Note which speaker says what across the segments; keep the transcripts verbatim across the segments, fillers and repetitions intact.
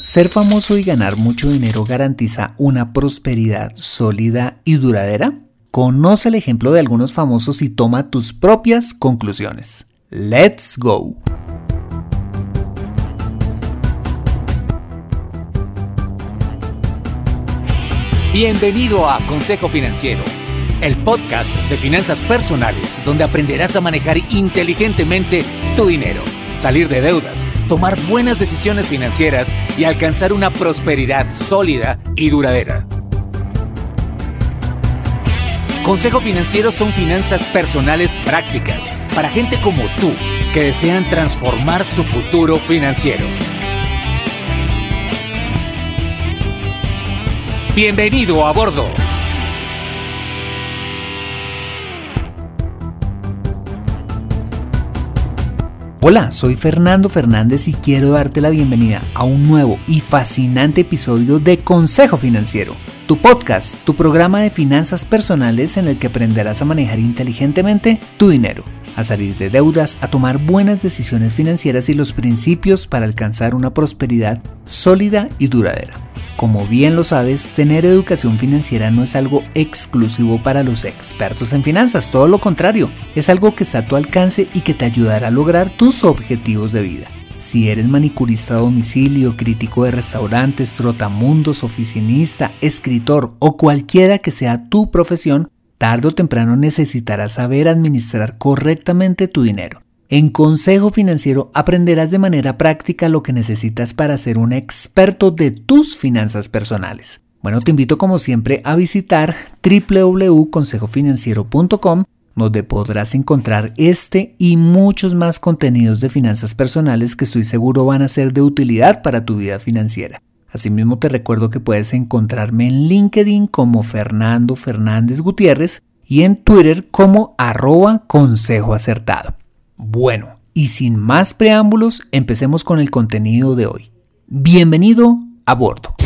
Speaker 1: ¿Ser famoso y ganar mucho dinero garantiza una prosperidad sólida y duradera? Conoce el ejemplo de algunos famosos y toma tus propias conclusiones. ¡Let's go!
Speaker 2: Bienvenido a Consejo Financiero, el podcast de finanzas personales donde aprenderás a manejar inteligentemente tu dinero, salir de deudas, tomar buenas decisiones financieras y alcanzar una prosperidad sólida y duradera. Consejo Financiero son finanzas personales prácticas para gente como tú que desean transformar su futuro financiero. ¡Bienvenido a bordo!
Speaker 1: Hola, soy Fernando Fernández y quiero darte la bienvenida a un nuevo y fascinante episodio de Consejo Financiero, tu podcast, tu programa de finanzas personales en el que aprenderás a manejar inteligentemente tu dinero, a salir de deudas, a tomar buenas decisiones financieras y los principios para alcanzar una prosperidad sólida y duradera. Como bien lo sabes, tener educación financiera no es algo exclusivo para los expertos en finanzas, todo lo contrario, es algo que está a tu alcance y que te ayudará a lograr tus objetivos de vida. Si eres manicurista a domicilio, crítico de restaurantes, trotamundos, oficinista, escritor o cualquiera que sea tu profesión, tarde o temprano necesitarás saber administrar correctamente tu dinero. En Consejo Financiero aprenderás de manera práctica lo que necesitas para ser un experto de tus finanzas personales. Bueno, te invito como siempre a visitar doble u doble u doble u punto consejo financiero punto com, donde podrás encontrar este y muchos más contenidos de finanzas personales que estoy seguro van a ser de utilidad para tu vida financiera. Asimismo te recuerdo que puedes encontrarme en LinkedIn como Fernando Fernández Gutiérrez y en Twitter como arroba consejo acertado. Bueno, y sin más preámbulos, empecemos con el contenido de hoy. Bienvenido a bordo.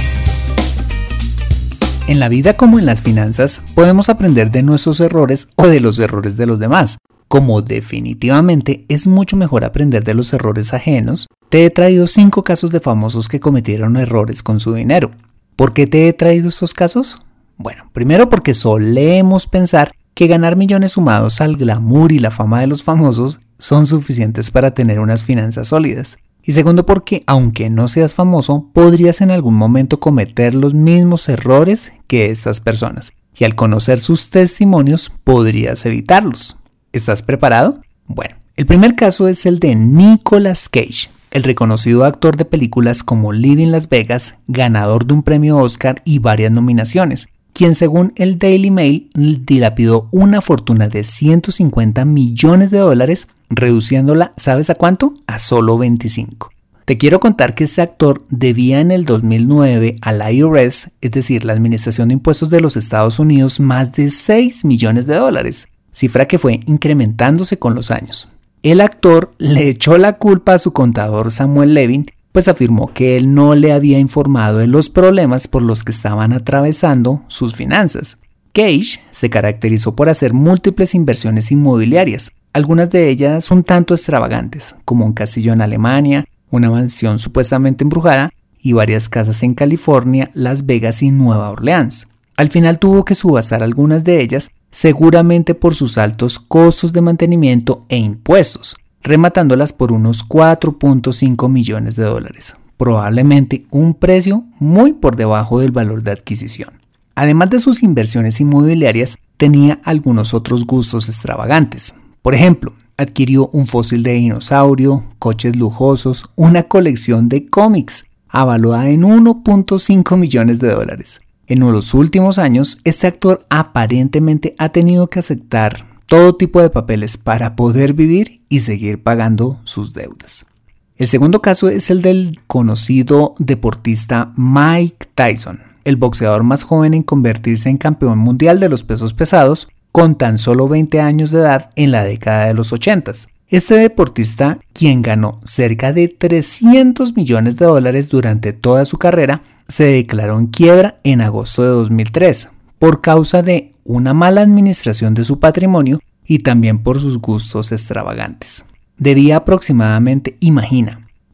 Speaker 1: En la vida como en las finanzas, podemos aprender de nuestros errores o de los errores de los demás. Como definitivamente es mucho mejor aprender de los errores ajenos, te he traído cinco casos de famosos que cometieron errores con su dinero. ¿Por qué te he traído estos casos? Bueno, primero porque solemos pensar que ganar millones sumados al glamour y la fama de los famosos son suficientes para tener unas finanzas sólidas. Y segundo porque, aunque no seas famoso, podrías en algún momento cometer los mismos errores que estas personas. Y al conocer sus testimonios, podrías evitarlos. ¿Estás preparado? Bueno, el primer caso es el de Nicolas Cage, el reconocido actor de películas como Living Las Vegas, ganador de un premio Oscar y varias nominaciones, quien según el Daily Mail dilapidó una fortuna de ciento cincuenta millones de dólares, reduciéndola, ¿sabes a cuánto? A solo veinticinco. Te quiero contar que este actor debía en el dos mil nueve al I R S, es decir, la Administración de Impuestos de los Estados Unidos, más de seis millones de dólares, cifra que fue incrementándose con los años. El actor le echó la culpa a su contador Samuel Levin, pues afirmó que él no le había informado de los problemas por los que estaban atravesando sus finanzas. Cage se caracterizó por hacer múltiples inversiones inmobiliarias, algunas de ellas un tanto extravagantes, como un castillo en Alemania, una mansión supuestamente embrujada y varias casas en California, Las Vegas y Nueva Orleans. Al final tuvo que subastar algunas de ellas, seguramente por sus altos costos de mantenimiento e impuestos, rematándolas por unos cuatro punto cinco millones de dólares, probablemente un precio muy por debajo del valor de adquisición. Además de sus inversiones inmobiliarias, tenía algunos otros gustos extravagantes. Por ejemplo, adquirió un fósil de dinosaurio, coches lujosos, una colección de cómics, avaluada en uno punto cinco millones de dólares. En los últimos años, este actor aparentemente ha tenido que aceptar todo tipo de papeles para poder vivir y seguir pagando sus deudas. El segundo caso es el del conocido deportista Mike Tyson, el boxeador más joven en convertirse en campeón mundial de los pesos pesados con tan solo veinte años de edad en la década de los ochentas. Este deportista, quien ganó cerca de trescientos millones de dólares durante toda su carrera, se declaró en quiebra en agosto de dos mil tres por causa de una mala administración de su patrimonio y también por sus gustos extravagantes. Debía aproximadamente, imagina,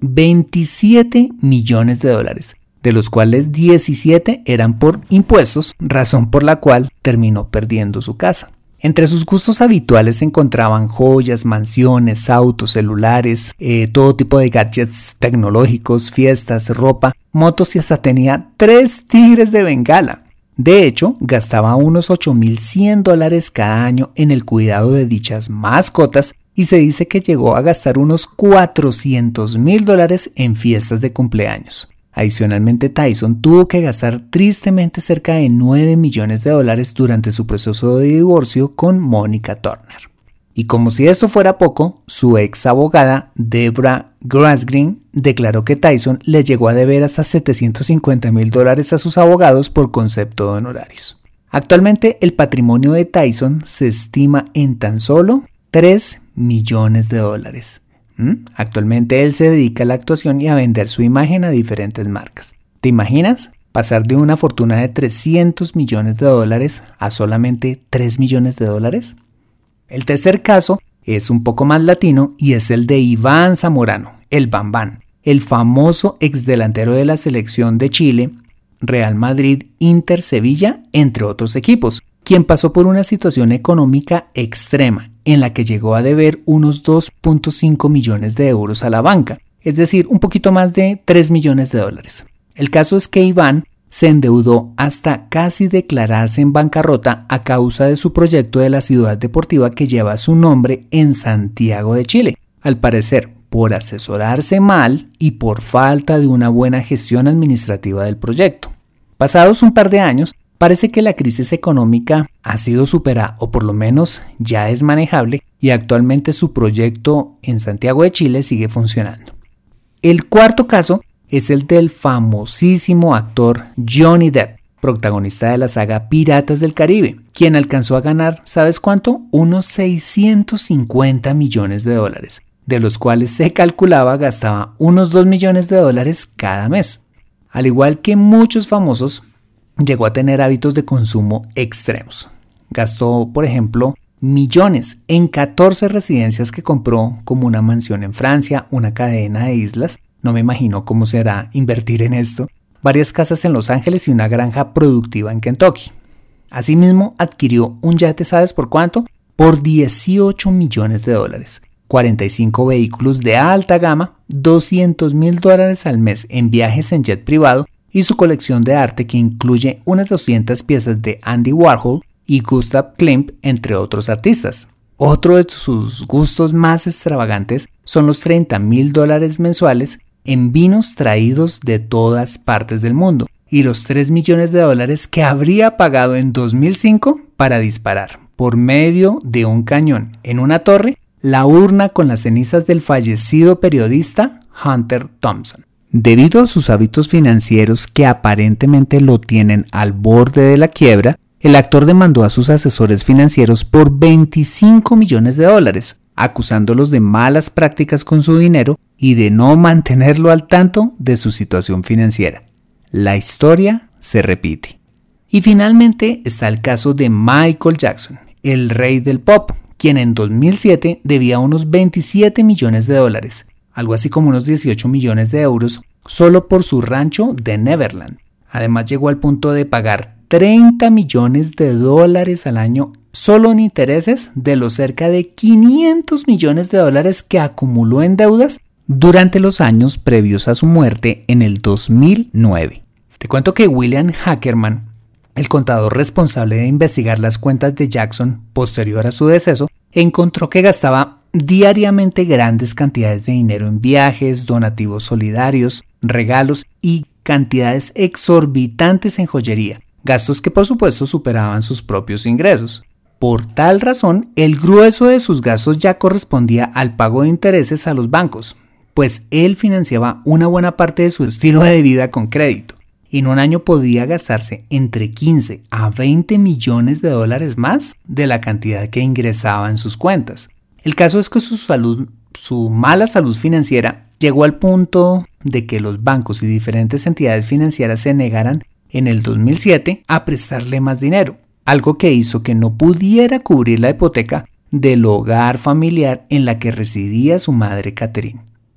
Speaker 1: veintisiete millones de dólares, de los cuales diecisiete eran por impuestos, razón por la cual terminó perdiendo su casa. Entre sus gustos habituales se encontraban joyas, mansiones, autos, celulares, eh, todo tipo de gadgets tecnológicos, fiestas, ropa, motos y hasta tenía tres tigres de Bengala. De hecho, gastaba unos ocho mil cien dólares cada año en el cuidado de dichas mascotas y se dice que llegó a gastar unos cuatrocientos mil dólares en fiestas de cumpleaños. Adicionalmente, Tyson tuvo que gastar tristemente cerca de nueve millones de dólares durante su proceso de divorcio con Monica Turner. Y como si esto fuera poco, su ex abogada, Debra Grasgreen, declaró que Tyson le llegó a deber hasta setecientos cincuenta mil dólares a sus abogados por concepto de honorarios. Actualmente, el patrimonio de Tyson se estima en tan solo tres millones de dólares. ¿Mm? Actualmente él se dedica a la actuación y a vender su imagen a diferentes marcas. ¿Te imaginas pasar de una fortuna de trescientos millones de dólares a solamente tres millones de dólares? El tercer caso es un poco más latino y es el de Iván Zamorano, el Bambán, el famoso exdelantero de la selección de Chile, Real Madrid, Inter, Sevilla, entre otros equipos, quien pasó por una situación económica extrema en la que llegó a deber unos dos punto cinco millones de euros a la banca, es decir, un poquito más de tres millones de dólares. El caso es que Iván se endeudó hasta casi declararse en bancarrota a causa de su proyecto de la ciudad deportiva que lleva su nombre en Santiago de Chile, al parecer por asesorarse mal y por falta de una buena gestión administrativa del proyecto. Pasados un par de años, parece que la crisis económica ha sido superada o por lo menos ya es manejable y actualmente su proyecto en Santiago de Chile sigue funcionando. El cuarto caso es el del famosísimo actor Johnny Depp, protagonista de la saga Piratas del Caribe, quien alcanzó a ganar, ¿sabes cuánto? Unos seiscientos cincuenta millones de dólares, de los cuales se calculaba gastaba unos dos millones de dólares cada mes. Al igual que muchos famosos, llegó a tener hábitos de consumo extremos. Gastó, por ejemplo, millones en catorce residencias que compró, como una mansión en Francia, una cadena de islas, no me imagino cómo será invertir en esto, varias casas en Los Ángeles y una granja productiva en Kentucky. Asimismo, adquirió un yate, ¿sabes por cuánto? Por dieciocho millones de dólares, cuarenta y cinco vehículos de alta gama, doscientos mil dólares al mes en viajes en jet privado y su colección de arte que incluye unas doscientas piezas de Andy Warhol y Gustav Klimt, entre otros artistas. Otro de sus gustos más extravagantes son los treinta mil dólares mensuales en vinos traídos de todas partes del mundo y los tres millones de dólares que habría pagado en dos mil cinco para disparar por medio de un cañón en una torre la urna con las cenizas del fallecido periodista Hunter Thompson. Debido a sus hábitos financieros que aparentemente lo tienen al borde de la quiebra, el actor demandó a sus asesores financieros por veinticinco millones de dólares, acusándolos de malas prácticas con su dinero y de no mantenerlo al tanto de su situación financiera. La historia se repite. Y finalmente está el caso de Michael Jackson, el rey del pop, quien en dos mil siete debía unos veintisiete millones de dólares, algo así como unos dieciocho millones de euros, solo por su rancho de Neverland. Además llegó al punto de pagar treinta millones de dólares al año solo en intereses de los cerca de quinientos millones de dólares que acumuló en deudas durante los años previos a su muerte en el dos mil nueve. Te cuento que William Hackerman, el contador responsable de investigar las cuentas de Jackson posterior a su deceso, encontró que gastaba diariamente grandes cantidades de dinero en viajes, donativos solidarios, regalos y cantidades exorbitantes en joyería, gastos que por supuesto superaban sus propios ingresos. Por tal razón, el grueso de sus gastos ya correspondía al pago de intereses a los bancos, pues él financiaba una buena parte de su estilo de vida con crédito. En un año podía gastarse entre quince a veinte millones de dólares más de la cantidad que ingresaba en sus cuentas. El caso es que su salud, su mala salud financiera llegó al punto de que los bancos y diferentes entidades financieras se negaran en el dos mil siete a prestarle más dinero, algo que hizo que no pudiera cubrir la hipoteca del hogar familiar en la que residía su madre Catherine.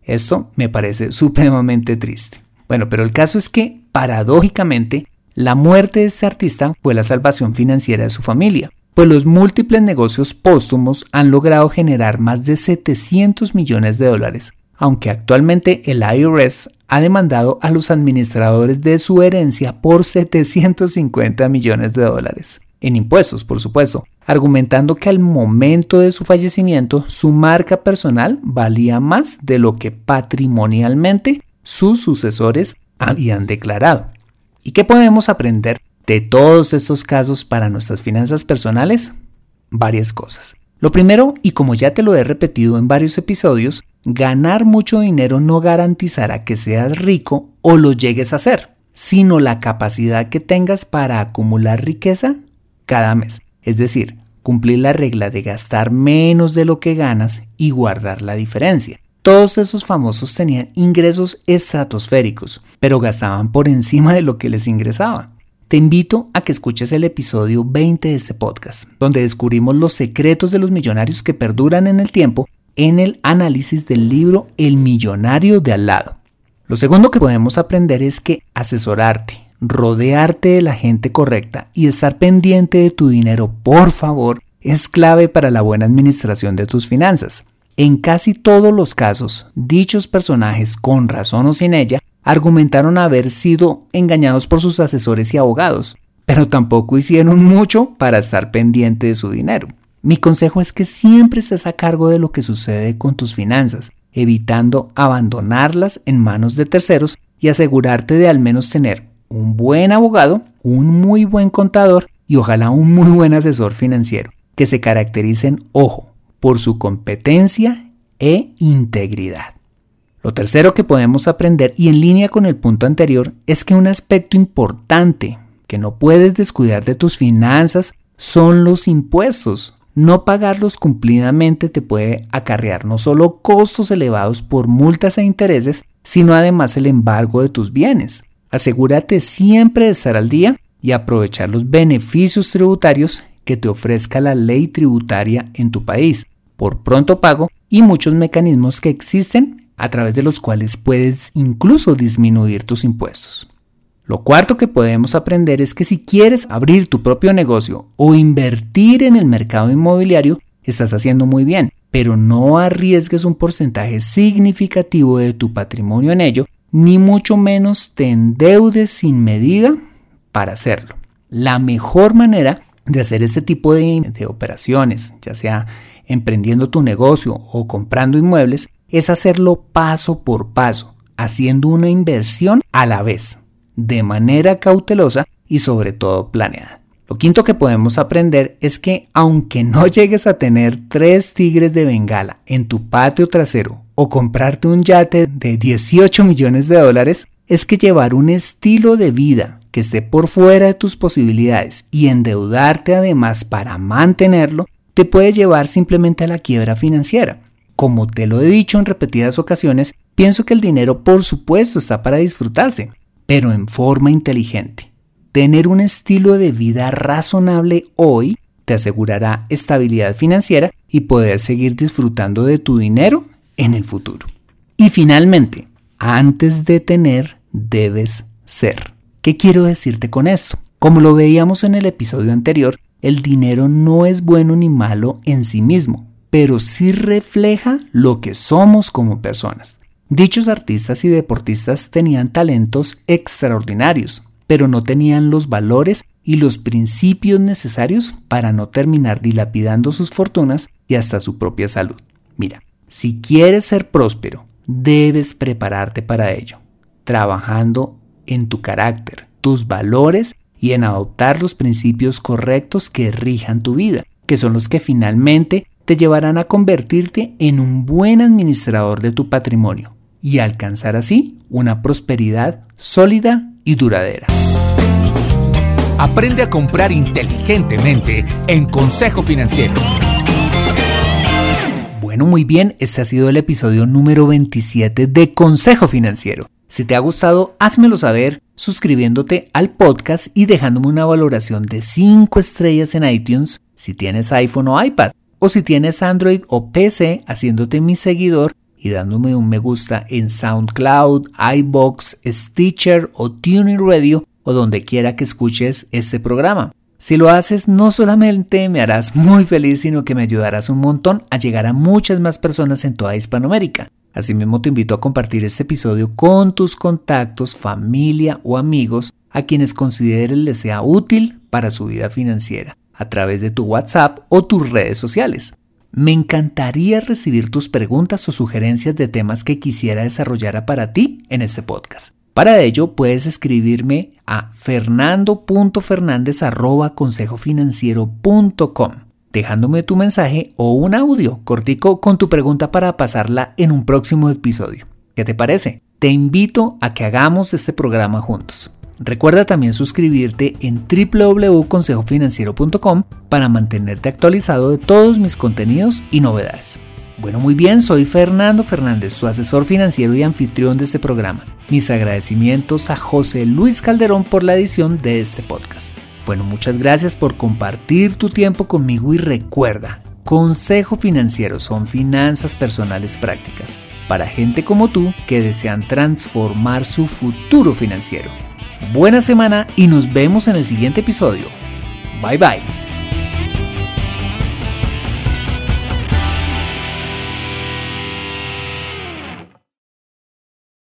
Speaker 1: Esto me parece supremamente triste. Bueno, pero el caso es que, paradójicamente, la muerte de este artista fue la salvación financiera de su familia, pues los múltiples negocios póstumos han logrado generar más de setecientos millones de dólares, aunque actualmente el I R S ha demandado a los administradores de su herencia por setecientos cincuenta millones de dólares, en impuestos, por supuesto, argumentando que al momento de su fallecimiento su marca personal valía más de lo que patrimonialmente sus sucesores habían declarado. ¿Y qué podemos aprender de todos estos casos para nuestras finanzas personales? Varias cosas. Lo primero, y como ya te lo he repetido en varios episodios, ganar mucho dinero no garantizará que seas rico o lo llegues a ser, sino la capacidad que tengas para acumular riqueza cada mes. Es decir, cumplir la regla de gastar menos de lo que ganas y guardar la diferencia. Todos esos famosos tenían ingresos estratosféricos, pero gastaban por encima de lo que les ingresaba. Te invito a que escuches el episodio veinte de este podcast, donde descubrimos los secretos de los millonarios que perduran en el tiempo en el análisis del libro El millonario de al lado. Lo segundo que podemos aprender es que asesorarte, rodearte de la gente correcta y estar pendiente de tu dinero, por favor, es clave para la buena administración de tus finanzas. En casi todos los casos, dichos personajes, con razón o sin ella, argumentaron haber sido engañados por sus asesores y abogados, pero tampoco hicieron mucho para estar pendiente de su dinero. Mi consejo es que siempre estés a cargo de lo que sucede con tus finanzas, evitando abandonarlas en manos de terceros y asegurarte de al menos tener un buen abogado, un muy buen contador y ojalá un muy buen asesor financiero, que se caractericen, ojo, por su competencia e integridad. Lo tercero que podemos aprender, y en línea con el punto anterior, es que un aspecto importante que no puedes descuidar de tus finanzas son los impuestos. No pagarlos cumplidamente te puede acarrear no solo costos elevados por multas e intereses, sino además el embargo de tus bienes. Asegúrate siempre de estar al día y aprovechar los beneficios tributarios que te ofrezca la ley tributaria en tu país, por pronto pago y muchos mecanismos que existen a través de los cuales puedes incluso disminuir tus impuestos. Lo cuarto que podemos aprender es que si quieres abrir tu propio negocio o invertir en el mercado inmobiliario, estás haciendo muy bien, pero no arriesgues un porcentaje significativo de tu patrimonio en ello, ni mucho menos te endeudes sin medida para hacerlo. La mejor manera de hacer este tipo de, de operaciones, ya sea emprendiendo tu negocio o comprando inmuebles, es hacerlo paso por paso, haciendo una inversión a la vez, de manera cautelosa y sobre todo planeada. Lo quinto que podemos aprender es que aunque no llegues a tener tres tigres de Bengala en tu patio trasero o comprarte un yate de dieciocho millones de dólares, es que llevar un estilo de vida que esté por fuera de tus posibilidades y endeudarte además para mantenerlo, te puede llevar simplemente a la quiebra financiera. Como te lo he dicho en repetidas ocasiones, pienso que el dinero por supuesto está para disfrutarse, pero en forma inteligente. Tener un estilo de vida razonable hoy te asegurará estabilidad financiera y poder seguir disfrutando de tu dinero en el futuro. Y finalmente, antes de tener, debes ser. ¿Qué quiero decirte con esto? Como lo veíamos en el episodio anterior, el dinero no es bueno ni malo en sí mismo, pero sí refleja lo que somos como personas. Dichos artistas y deportistas tenían talentos extraordinarios, pero no tenían los valores y los principios necesarios para no terminar dilapidando sus fortunas y hasta su propia salud. Mira, si quieres ser próspero, debes prepararte para ello, trabajando en tu carácter, tus valores y en adoptar los principios correctos que rijan tu vida, que son los que finalmente te llevarán a convertirte en un buen administrador de tu patrimonio y alcanzar así una prosperidad sólida y duradera.
Speaker 2: Aprende a comprar inteligentemente en Consejo Financiero.
Speaker 1: Bueno, muy bien, este ha sido el episodio número veintisiete de Consejo Financiero. Si te ha gustado, házmelo saber suscribiéndote al podcast y dejándome una valoración de cinco estrellas en iTunes si tienes iPhone o iPad, o si tienes Android o P C, haciéndote mi seguidor y y dándome un me gusta en SoundCloud, iVoox, Stitcher o TuneIn Radio o donde quiera que escuches este programa. Si lo haces, no solamente me harás muy feliz, sino que me ayudarás un montón a llegar a muchas más personas en toda Hispanoamérica. Asimismo, te invito a compartir este episodio con tus contactos, familia o amigos a quienes consideres les sea útil para su vida financiera, a través de tu WhatsApp o tus redes sociales. Me encantaría recibir tus preguntas o sugerencias de temas que quisiera desarrollar para ti en este podcast. Para ello, puedes escribirme a fernando punto fernandez arroba consejo financiero punto com, dejándome tu mensaje o un audio cortico con tu pregunta para pasarla en un próximo episodio. ¿Qué te parece? Te invito a que hagamos este programa juntos. Recuerda también suscribirte en doble u doble u doble u punto consejo financiero punto com para mantenerte actualizado de todos mis contenidos y novedades. Bueno, muy bien, soy Fernando Fernández, tu asesor financiero y anfitrión de este programa. Mis agradecimientos a José Luis Calderón por la edición de este podcast. Bueno, muchas gracias por compartir tu tiempo conmigo y recuerda, Consejo Financiero son finanzas personales prácticas para gente como tú que desean transformar su futuro financiero. Buena semana y nos vemos en el siguiente episodio. Bye bye.